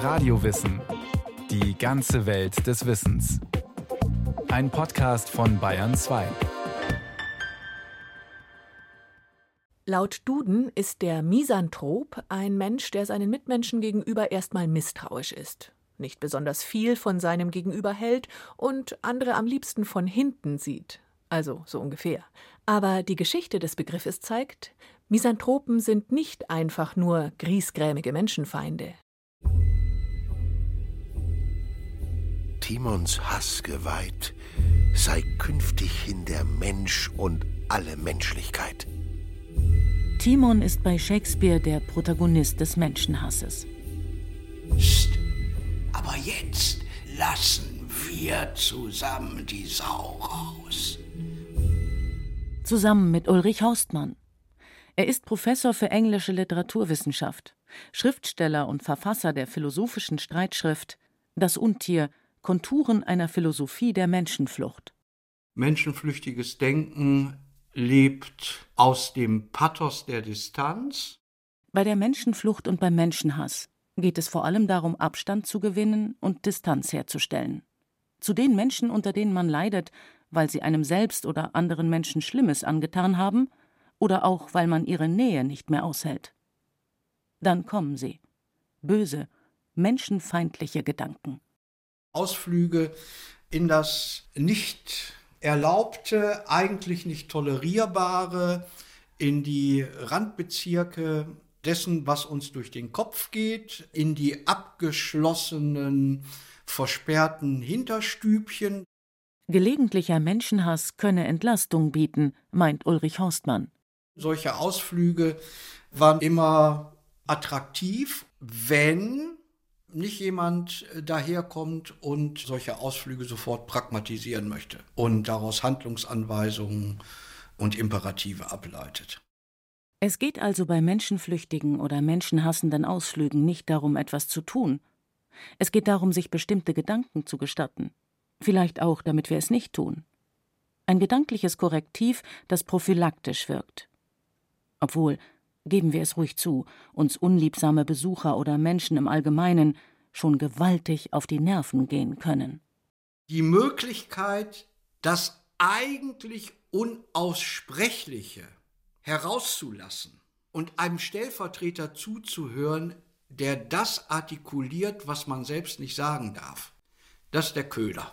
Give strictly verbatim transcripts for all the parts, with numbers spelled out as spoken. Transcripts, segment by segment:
Radiowissen. Die ganze Welt des Wissens. Ein Podcast von Bayern zwei. Laut Duden ist der Misanthrop ein Mensch, der seinen Mitmenschen gegenüber erstmal misstrauisch ist, nicht besonders viel von seinem Gegenüber hält und andere am liebsten von hinten sieht. Also so ungefähr. Aber die Geschichte des Begriffes zeigt, Misanthropen sind nicht einfach nur griesgrämige Menschenfeinde. Timons Hassgeweiht sei künftig hin der Mensch und alle Menschlichkeit. Timon ist bei Shakespeare der Protagonist des Menschenhasses. Psst, aber jetzt lassen wir zusammen die Sau raus. Zusammen mit Ulrich Horstmann. Er ist Professor für englische Literaturwissenschaft, Schriftsteller und Verfasser der philosophischen Streitschrift »Das Untier – Konturen einer Philosophie der Menschenflucht«. Menschenflüchtiges Denken lebt aus dem Pathos der Distanz. Bei der Menschenflucht und beim Menschenhass geht es vor allem darum, Abstand zu gewinnen und Distanz herzustellen. Zu den Menschen, unter denen man leidet, weil sie einem selbst oder anderen Menschen Schlimmes angetan haben oder auch, weil man ihre Nähe nicht mehr aushält. Dann kommen sie. Böse, menschenfeindliche Gedanken. Ausflüge in das nicht erlaubte, eigentlich nicht tolerierbare, in die Randbezirke dessen, was uns durch den Kopf geht, in die abgeschlossenen, versperrten Hinterstübchen. Gelegentlicher Menschenhass könne Entlastung bieten, meint Ulrich Horstmann. Solche Ausflüge waren immer attraktiv, wenn nicht jemand daherkommt und solche Ausflüge sofort pragmatisieren möchte und daraus Handlungsanweisungen und Imperative ableitet. Es geht also bei menschenflüchtigen oder menschenhassenden Ausflügen nicht darum, etwas zu tun. Es geht darum, sich bestimmte Gedanken zu gestatten. Vielleicht auch, damit wir es nicht tun. Ein gedankliches Korrektiv, das prophylaktisch wirkt. Obwohl, geben wir es ruhig zu, uns unliebsame Besucher oder Menschen im Allgemeinen schon gewaltig auf die Nerven gehen können. Die Möglichkeit, das eigentlich Unaussprechliche herauszulassen und einem Stellvertreter zuzuhören, der das artikuliert, was man selbst nicht sagen darf, das ist der Köder.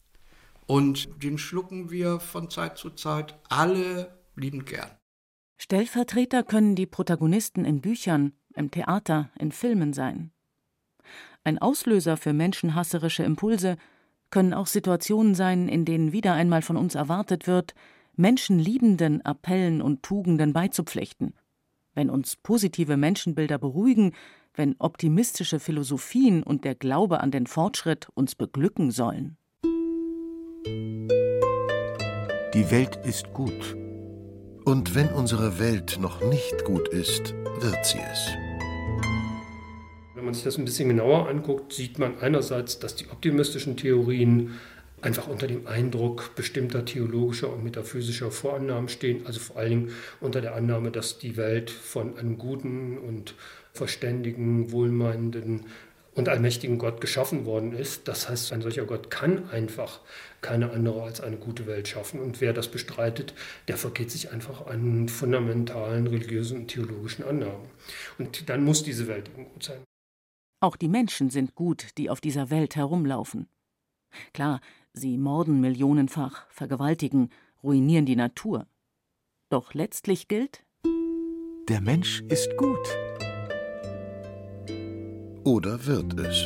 Und den schlucken wir von Zeit zu Zeit alle liebend gern. Stellvertreter können die Protagonisten in Büchern, im Theater, in Filmen sein. Ein Auslöser für menschenhasserische Impulse können auch Situationen sein, in denen wieder einmal von uns erwartet wird, menschenliebenden Appellen und Tugenden beizupflichten. Wenn uns positive Menschenbilder beruhigen, wenn optimistische Philosophien und der Glaube an den Fortschritt uns beglücken sollen. Die Welt ist gut. Und wenn unsere Welt noch nicht gut ist, wird sie es. Wenn man sich das ein bisschen genauer anguckt, sieht man einerseits, dass die optimistischen Theorien einfach unter dem Eindruck bestimmter theologischer und metaphysischer Vorannahmen stehen, also vor allen Dingen unter der Annahme, dass die Welt von einem guten und verständigen, wohlmeinenden und allmächtigen Gott geschaffen worden ist. Das heißt, ein solcher Gott kann einfach keine andere als eine gute Welt schaffen. Und wer das bestreitet, der vergeht sich einfach an fundamentalen religiösen und theologischen Annahmen. Und dann muss diese Welt eben gut sein. Auch die Menschen sind gut, die auf dieser Welt herumlaufen. Klar, sie morden millionenfach, vergewaltigen, ruinieren die Natur. Doch letztlich gilt: Der Mensch ist gut. Oder wird es?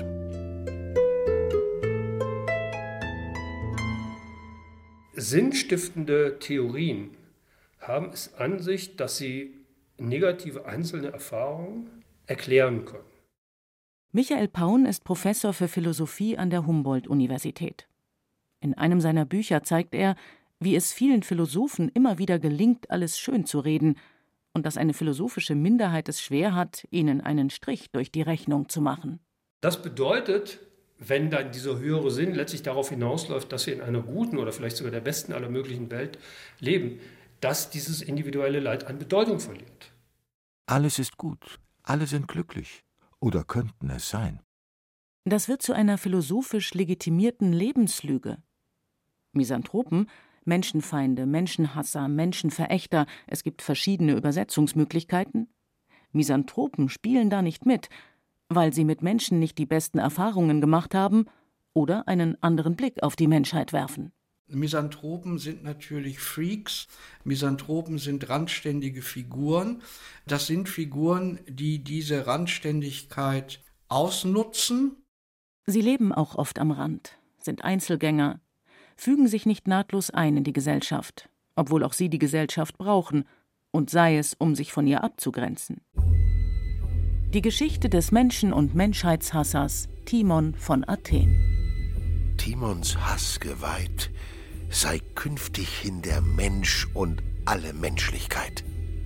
Sinnstiftende Theorien haben es an sich, dass sie negative einzelne Erfahrungen erklären können. Michael Paun ist Professor für Philosophie an der Humboldt-Universität. In einem seiner Bücher zeigt er, wie es vielen Philosophen immer wieder gelingt, alles schön zu reden und dass eine philosophische Minderheit es schwer hat, ihnen einen Strich durch die Rechnung zu machen. Das bedeutet, wenn dann dieser höhere Sinn letztlich darauf hinausläuft, dass wir in einer guten oder vielleicht sogar der besten aller möglichen Welt leben, dass dieses individuelle Leid an Bedeutung verliert. Alles ist gut, alle sind glücklich oder könnten es sein. Das wird zu einer philosophisch legitimierten Lebenslüge. Misanthropen, Menschenfeinde, Menschenhasser, Menschenverächter, es gibt verschiedene Übersetzungsmöglichkeiten. Misanthropen spielen da nicht mit, weil sie mit Menschen nicht die besten Erfahrungen gemacht haben oder einen anderen Blick auf die Menschheit werfen. Misanthropen sind natürlich Freaks, Misanthropen sind randständige Figuren. Das sind Figuren, die diese Randständigkeit ausnutzen. Sie leben auch oft am Rand, sind Einzelgänger, fügen sich nicht nahtlos ein in die Gesellschaft, obwohl auch sie die Gesellschaft brauchen, und sei es, um sich von ihr abzugrenzen. Die Geschichte des Menschen- und Menschheitshassers Timon von Athen. Timons Hass geweiht, sei künftig hin der Mensch und alle Menschlichkeit.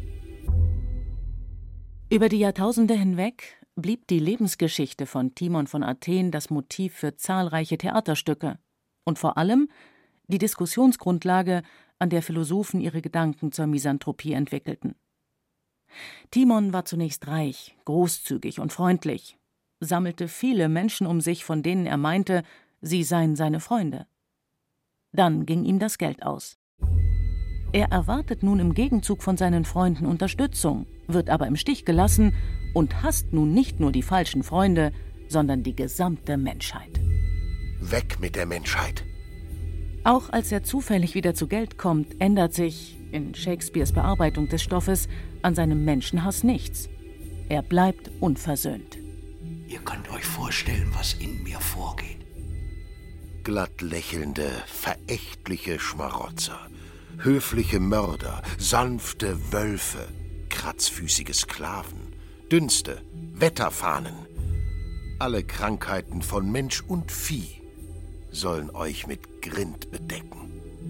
Über die Jahrtausende hinweg blieb die Lebensgeschichte von Timon von Athen das Motiv für zahlreiche Theaterstücke und vor allem die Diskussionsgrundlage, an der Philosophen ihre Gedanken zur Misanthropie entwickelten. Timon war zunächst reich, großzügig und freundlich, sammelte viele Menschen um sich, von denen er meinte, sie seien seine Freunde. Dann ging ihm das Geld aus. Er erwartet nun im Gegenzug von seinen Freunden Unterstützung, wird aber im Stich gelassen und hasst nun nicht nur die falschen Freunde, sondern die gesamte Menschheit. Weg mit der Menschheit. Auch als er zufällig wieder zu Geld kommt, ändert sich, in Shakespeares Bearbeitung des Stoffes, an seinem Menschenhass nichts. Er bleibt unversöhnt. Ihr könnt euch vorstellen, was in mir vorgeht. Glatt lächelnde, verächtliche Schmarotzer, höfliche Mörder, sanfte Wölfe, kratzfüßige Sklaven, Dünste, Wetterfahnen. Alle Krankheiten von Mensch und Vieh sollen euch mit Grind bedecken.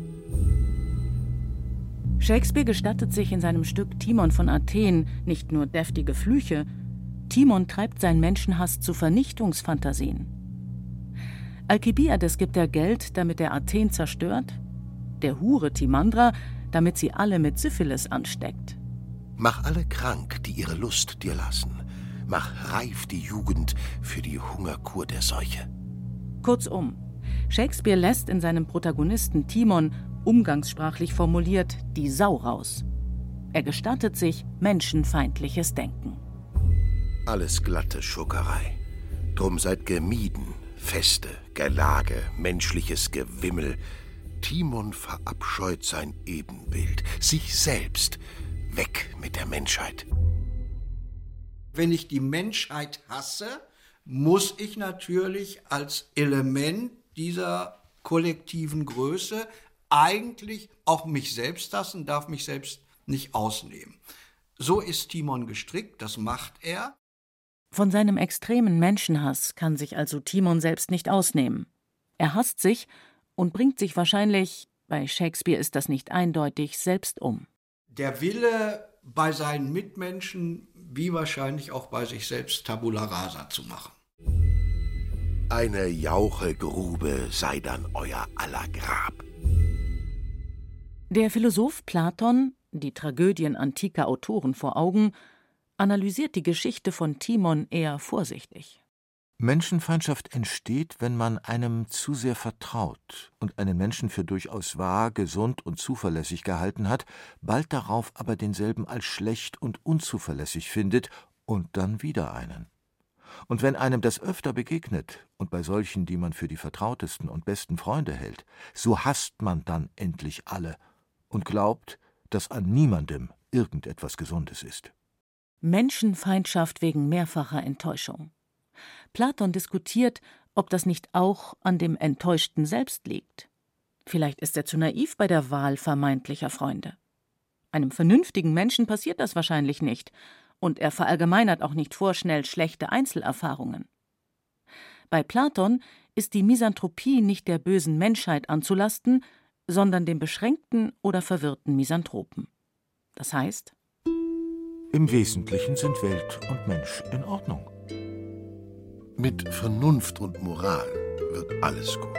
Shakespeare gestattet sich in seinem Stück Timon von Athen nicht nur deftige Flüche, Timon treibt seinen Menschenhass zu Vernichtungsfantasien. Alkibiades gibt er Geld, damit er Athen zerstört, der Hure Timandra, damit sie alle mit Syphilis ansteckt. Mach alle krank, die ihre Lust dir lassen. Mach reif die Jugend für die Hungerkur der Seuche. Kurzum, Shakespeare lässt in seinem Protagonisten Timon, umgangssprachlich formuliert, die Sau raus. Er gestattet sich menschenfeindliches Denken. Alles glatte Schurkerei. Drum seid gemieden, Feste, Gelage, menschliches Gewimmel. Timon verabscheut sein Ebenbild, sich selbst. Weg mit der Menschheit. Wenn ich die Menschheit hasse, muss ich natürlich als Element dieser kollektiven Größe eigentlich auch mich selbst hassen, darf mich selbst nicht ausnehmen. So ist Timon gestrickt, das macht er. Von seinem extremen Menschenhass kann sich also Timon selbst nicht ausnehmen. Er hasst sich und bringt sich wahrscheinlich, bei Shakespeare ist das nicht eindeutig, selbst um. Der Wille, bei seinen Mitmenschen, wie wahrscheinlich auch bei sich selbst, Tabula rasa zu machen. Eine Jauchegrube sei dann euer aller Grab. Der Philosoph Platon, die Tragödien antiker Autoren vor Augen, analysiert die Geschichte von Timon eher vorsichtig. Menschenfeindschaft entsteht, wenn man einem zu sehr vertraut und einen Menschen für durchaus wahr, gesund und zuverlässig gehalten hat, bald darauf aber denselben als schlecht und unzuverlässig findet und dann wieder einen. Und wenn einem das öfter begegnet, und bei solchen, die man für die vertrautesten und besten Freunde hält, so hasst man dann endlich alle und glaubt, dass an niemandem irgendetwas Gesundes ist. Menschenfeindschaft wegen mehrfacher Enttäuschung. Platon diskutiert, ob das nicht auch an dem Enttäuschten selbst liegt. Vielleicht ist er zu naiv bei der Wahl vermeintlicher Freunde. Einem vernünftigen Menschen passiert das wahrscheinlich nicht, und er verallgemeinert auch nicht vorschnell schlechte Einzelerfahrungen. Bei Platon ist die Misanthropie nicht der bösen Menschheit anzulasten, sondern dem beschränkten oder verwirrten Misanthropen. Das heißt, im Wesentlichen sind Welt und Mensch in Ordnung. Mit Vernunft und Moral wird alles gut.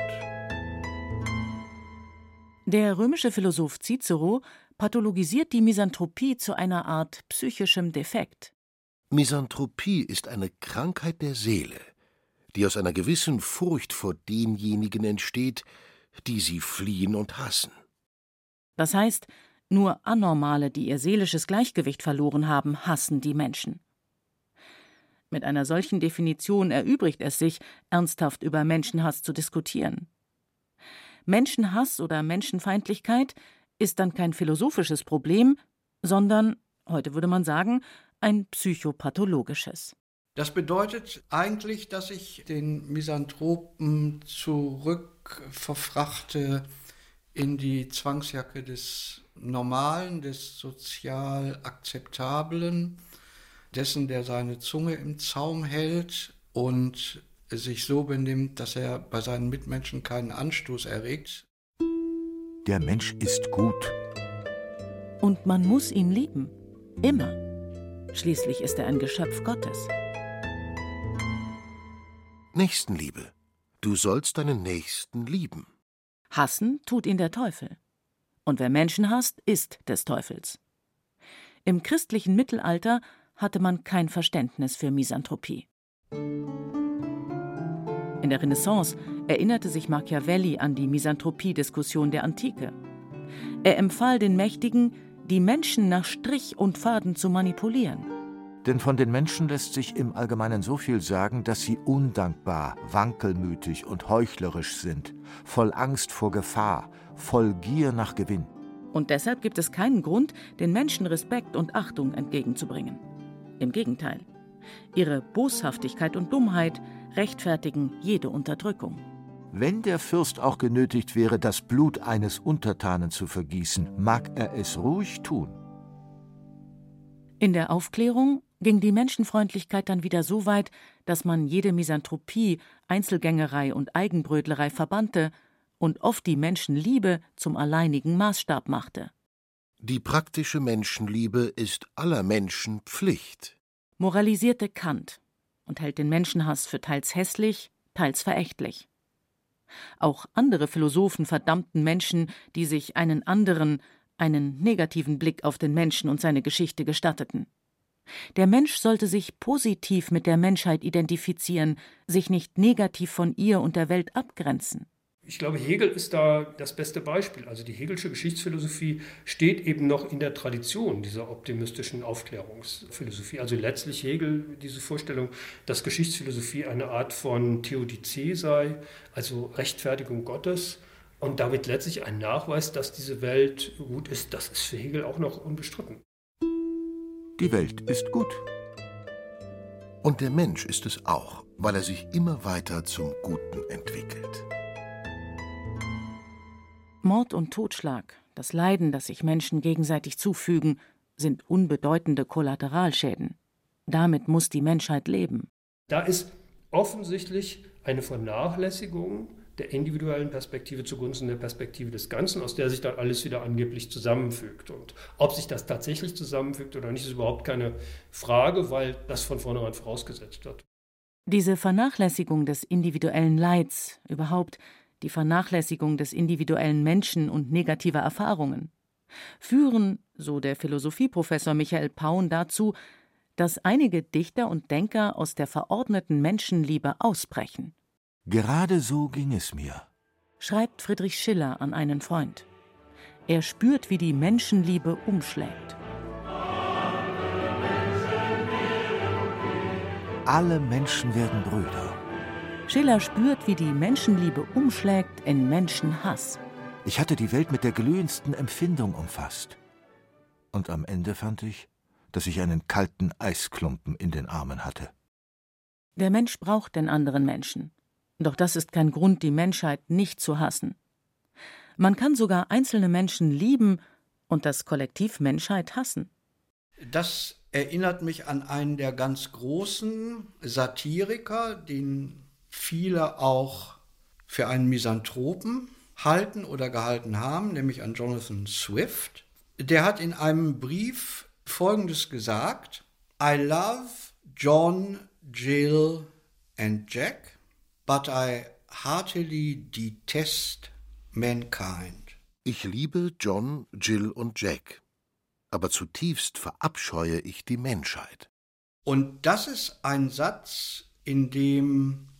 Der römische Philosoph Cicero pathologisiert die Misanthropie zu einer Art psychischem Defekt. Misanthropie ist eine Krankheit der Seele, die aus einer gewissen Furcht vor denjenigen entsteht, die sie fliehen und hassen. Das heißt, nur Anormale, die ihr seelisches Gleichgewicht verloren haben, hassen die Menschen. Mit einer solchen Definition erübrigt es sich, ernsthaft über Menschenhass zu diskutieren. Menschenhass oder Menschenfeindlichkeit ist dann kein philosophisches Problem, sondern, heute würde man sagen, ein psychopathologisches. Das bedeutet eigentlich, dass ich den Misanthropen zurückverfrachte in die Zwangsjacke des Normalen, des sozial Akzeptablen, dessen, der seine Zunge im Zaum hält und sich so benimmt, dass er bei seinen Mitmenschen keinen Anstoß erregt. Der Mensch ist gut. Und man muss ihn lieben. Immer. Schließlich ist er ein Geschöpf Gottes. Nächstenliebe. Du sollst deinen Nächsten lieben. Hassen tut ihn der Teufel. Und wer Menschen hasst, ist des Teufels. Im christlichen Mittelalter hatte man kein Verständnis für Misanthropie. In der Renaissance erinnerte sich Machiavelli an die Misanthropie-Diskussion der Antike. Er empfahl den Mächtigen, die Menschen nach Strich und Faden zu manipulieren. Denn von den Menschen lässt sich im Allgemeinen so viel sagen, dass sie undankbar, wankelmütig und heuchlerisch sind, voll Angst vor Gefahr, voll Gier nach Gewinn. Und deshalb gibt es keinen Grund, den Menschen Respekt und Achtung entgegenzubringen. Im Gegenteil. Ihre Boshaftigkeit und Dummheit rechtfertigen jede Unterdrückung. Wenn der Fürst auch genötigt wäre, das Blut eines Untertanen zu vergießen, mag er es ruhig tun. In der Aufklärung ging die Menschenfreundlichkeit dann wieder so weit, dass man jede Misanthropie, Einzelgängerei und Eigenbrötlerei verbannte und oft die Menschenliebe zum alleinigen Maßstab machte. Die praktische Menschenliebe ist aller Menschen Pflicht, moralisierte Kant und hält den Menschenhass für teils hässlich, teils verächtlich. Auch andere Philosophen verdammten Menschen, die sich einen anderen, einen negativen Blick auf den Menschen und seine Geschichte gestatteten. Der Mensch sollte sich positiv mit der Menschheit identifizieren, sich nicht negativ von ihr und der Welt abgrenzen. Ich glaube, Hegel ist da das beste Beispiel. Also die Hegelsche Geschichtsphilosophie steht eben noch in der Tradition dieser optimistischen Aufklärungsphilosophie. Also letztlich Hegel diese Vorstellung, dass Geschichtsphilosophie eine Art von Theodizee sei, also Rechtfertigung Gottes. Und damit letztlich ein Nachweis, dass diese Welt gut ist, das ist für Hegel auch noch unbestritten. Die Welt ist gut. Und der Mensch ist es auch, weil er sich immer weiter zum Guten entwickelt. Mord und Totschlag, das Leiden, das sich Menschen gegenseitig zufügen, sind unbedeutende Kollateralschäden. Damit muss die Menschheit leben. Da ist offensichtlich eine Vernachlässigung der individuellen Perspektive zugunsten der Perspektive des Ganzen, aus der sich dann alles wieder angeblich zusammenfügt. Und ob sich das tatsächlich zusammenfügt oder nicht, ist überhaupt keine Frage, weil das von vornherein vorausgesetzt wird. Diese Vernachlässigung des individuellen Leids, überhaupt die Vernachlässigung des individuellen Menschen und negativer Erfahrungen, führen, so der Philosophieprofessor Michael Paun, dazu, dass einige Dichter und Denker aus der verordneten Menschenliebe ausbrechen. Gerade so ging es mir, schreibt Friedrich Schiller an einen Freund. Er spürt, wie die Menschenliebe umschlägt. Alle Menschen werden Brüder. Schiller spürt, wie die Menschenliebe umschlägt in Menschenhass. Ich hatte die Welt mit der glühendsten Empfindung umfasst. Und am Ende fand ich, dass ich einen kalten Eisklumpen in den Armen hatte. Der Mensch braucht den anderen Menschen. Doch das ist kein Grund, die Menschheit nicht zu hassen. Man kann sogar einzelne Menschen lieben und das Kollektiv Menschheit hassen. Das erinnert mich an einen der ganz großen Satiriker, den viele auch für einen Misanthropen halten oder gehalten haben, nämlich an Jonathan Swift. Der hat in einem Brief Folgendes gesagt: I love John, Jill and Jack, but I heartily detest mankind. Ich liebe John, Jill und Jack, aber zutiefst verabscheue ich die Menschheit. Und das ist ein Satz, in dem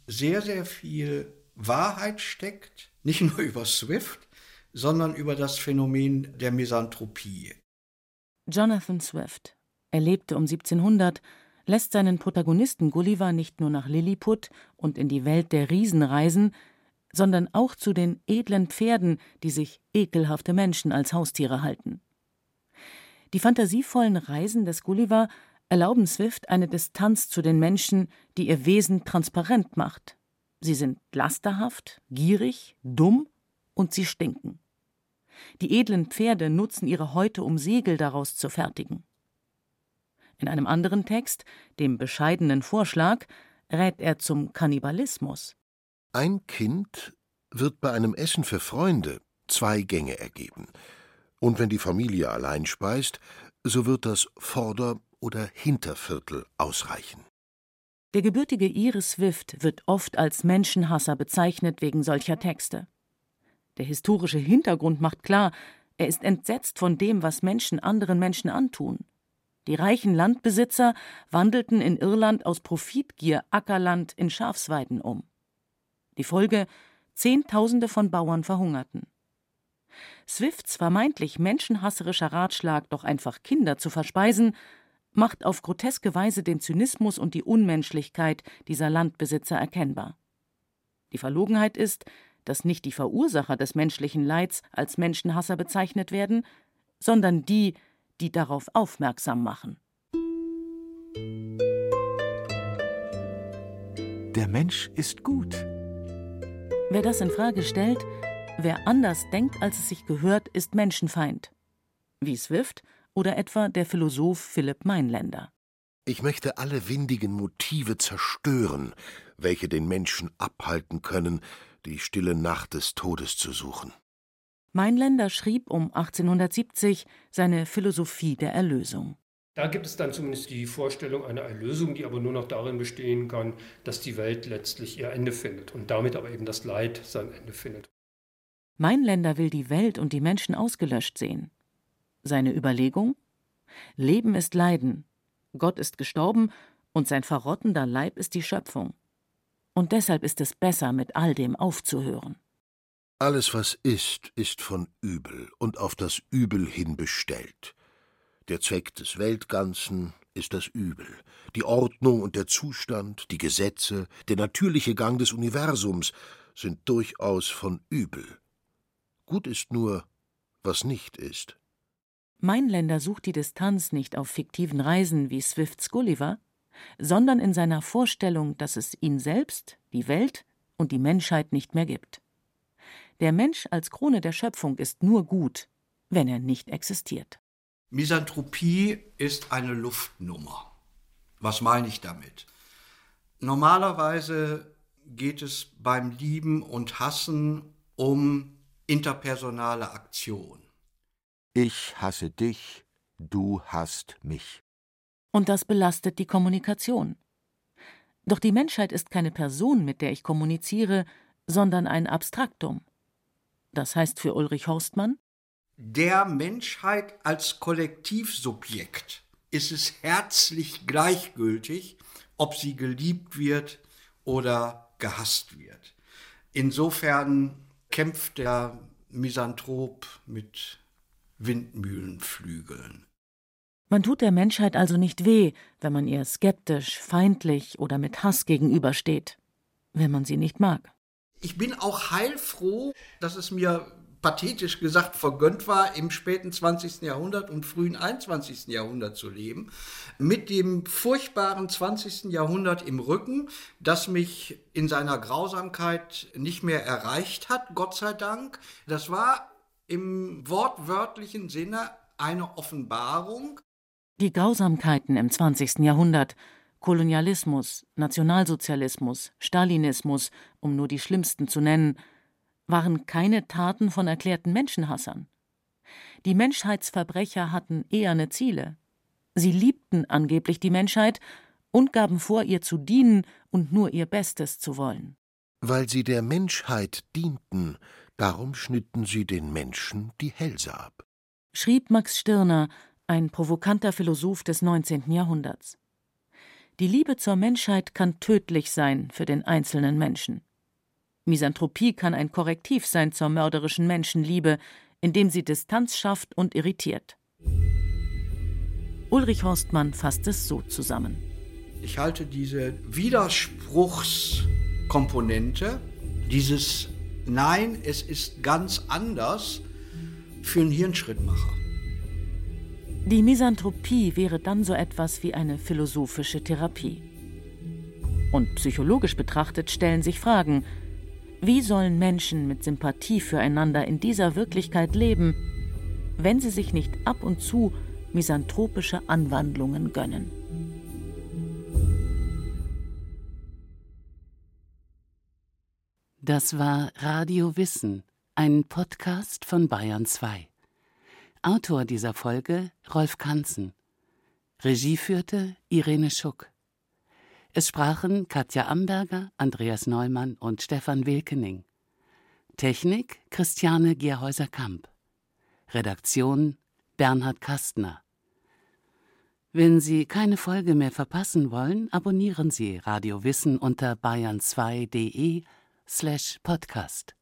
sehr, sehr viel Wahrheit steckt, nicht nur über Swift, sondern über das Phänomen der Misanthropie. Jonathan Swift, er lebte um siebzehnhundert, lässt seinen Protagonisten Gulliver nicht nur nach Lilliput und in die Welt der Riesen reisen, sondern auch zu den edlen Pferden, die sich ekelhafte Menschen als Haustiere halten. Die fantasievollen Reisen des Gulliver erlauben Swift eine Distanz zu den Menschen, die ihr Wesen transparent macht. Sie sind lasterhaft, gierig, dumm und sie stinken. Die edlen Pferde nutzen ihre Häute, um Segel daraus zu fertigen. In einem anderen Text, dem bescheidenen Vorschlag, rät er zum Kannibalismus. Ein Kind wird bei einem Essen für Freunde zwei Gänge ergeben. Und wenn die Familie allein speist, so wird das Vorder- oder Hinterviertel ausreichen. Der gebürtige Ire Swift wird oft als Menschenhasser bezeichnet wegen solcher Texte. Der historische Hintergrund macht klar, er ist entsetzt von dem, was Menschen anderen Menschen antun. Die reichen Landbesitzer wandelten in Irland aus Profitgier Ackerland in Schafsweiden um. Die Folge: Zehntausende von Bauern verhungerten. Swifts vermeintlich menschenhasserischer Ratschlag, doch einfach Kinder zu verspeisen, macht auf groteske Weise den Zynismus und die Unmenschlichkeit dieser Landbesitzer erkennbar. Die Verlogenheit ist, dass nicht die Verursacher des menschlichen Leids als Menschenhasser bezeichnet werden, sondern die, die darauf aufmerksam machen. Der Mensch ist gut. Wer das in Frage stellt, wer anders denkt, als es sich gehört, ist Menschenfeind. Wie Swift oder etwa der Philosoph Philipp Meinländer. Ich möchte alle windigen Motive zerstören, welche den Menschen abhalten können, die stille Nacht des Todes zu suchen. Meinländer schrieb um achtzehnhundertsiebzig seine Philosophie der Erlösung. Da gibt es dann zumindest die Vorstellung einer Erlösung, die aber nur noch darin bestehen kann, dass die Welt letztlich ihr Ende findet und damit aber eben das Leid sein Ende findet. Meinländer will die Welt und die Menschen ausgelöscht sehen. Seine Überlegung: Leben ist Leiden, Gott ist gestorben und sein verrottender Leib ist die Schöpfung. Und deshalb ist es besser, mit all dem aufzuhören. Alles, was ist, ist von Übel und auf das Übel hin bestellt. Der Zweck des Weltganzen ist das Übel, die Ordnung und der Zustand, die Gesetze, der natürliche Gang des Universums sind durchaus von Übel. Gut ist nur, was nicht ist. Meinländer sucht die Distanz nicht auf fiktiven Reisen wie Swifts Gulliver, sondern in seiner Vorstellung, dass es ihn selbst, die Welt und die Menschheit nicht mehr gibt. Der Mensch als Krone der Schöpfung ist nur gut, wenn er nicht existiert. Misanthropie ist eine Luftnummer. Was meine ich damit? Normalerweise geht es beim Lieben und Hassen um interpersonale Aktion. Ich hasse dich, du hasst mich. Und das belastet die Kommunikation. Doch die Menschheit ist keine Person, mit der ich kommuniziere, sondern ein Abstraktum. Das heißt für Ulrich Horstmann: Der Menschheit als Kollektivsubjekt ist es herzlich gleichgültig, ob sie geliebt wird oder gehasst wird. Insofern kämpft der Misanthrop mit Windmühlenflügeln. Man tut der Menschheit also nicht weh, wenn man ihr skeptisch, feindlich oder mit Hass gegenübersteht, wenn man sie nicht mag. Ich bin auch heilfroh, dass es mir pathetisch gesagt vergönnt war, im späten zwanzigsten Jahrhundert und frühen einundzwanzigsten Jahrhundert zu leben, mit dem furchtbaren zwanzigsten Jahrhundert im Rücken, das mich in seiner Grausamkeit nicht mehr erreicht hat, Gott sei Dank. Das war im wortwörtlichen Sinne eine Offenbarung. Die Grausamkeiten im zwanzigsten Jahrhundert, Kolonialismus, Nationalsozialismus, Stalinismus, um nur die schlimmsten zu nennen, waren keine Taten von erklärten Menschenhassern. Die Menschheitsverbrecher hatten eherne Ziele. Sie liebten angeblich die Menschheit und gaben vor, ihr zu dienen und nur ihr Bestes zu wollen. Weil sie der Menschheit dienten, darum schnitten sie den Menschen die Hälse ab, schrieb Max Stirner, ein provokanter Philosoph des neunzehnten Jahrhunderts. Die Liebe zur Menschheit kann tödlich sein für den einzelnen Menschen. Misanthropie kann ein Korrektiv sein zur mörderischen Menschenliebe, indem sie Distanz schafft und irritiert. Ulrich Horstmann fasst es so zusammen. Ich halte diese Widerspruchskomponente, dieses Nein, es ist ganz anders, für einen Hirnschrittmacher. Die Misanthropie wäre dann so etwas wie eine philosophische Therapie. Und psychologisch betrachtet stellen sich Fragen: Wie sollen Menschen mit Sympathie füreinander in dieser Wirklichkeit leben, wenn sie sich nicht ab und zu misanthropische Anwandlungen gönnen? Das war Radio Wissen, ein Podcast von Bayern zwei. Autor dieser Folge Rolf Kanzen. Regie führte Irene Schuck. Es sprachen Katja Amberger, Andreas Neumann und Stefan Wilkening. Technik Christiane Gerhäuser-Kamp. Redaktion Bernhard Kastner. Wenn Sie keine Folge mehr verpassen wollen, abonnieren Sie Radio Wissen unter bayern zwei punkt de slash podcast.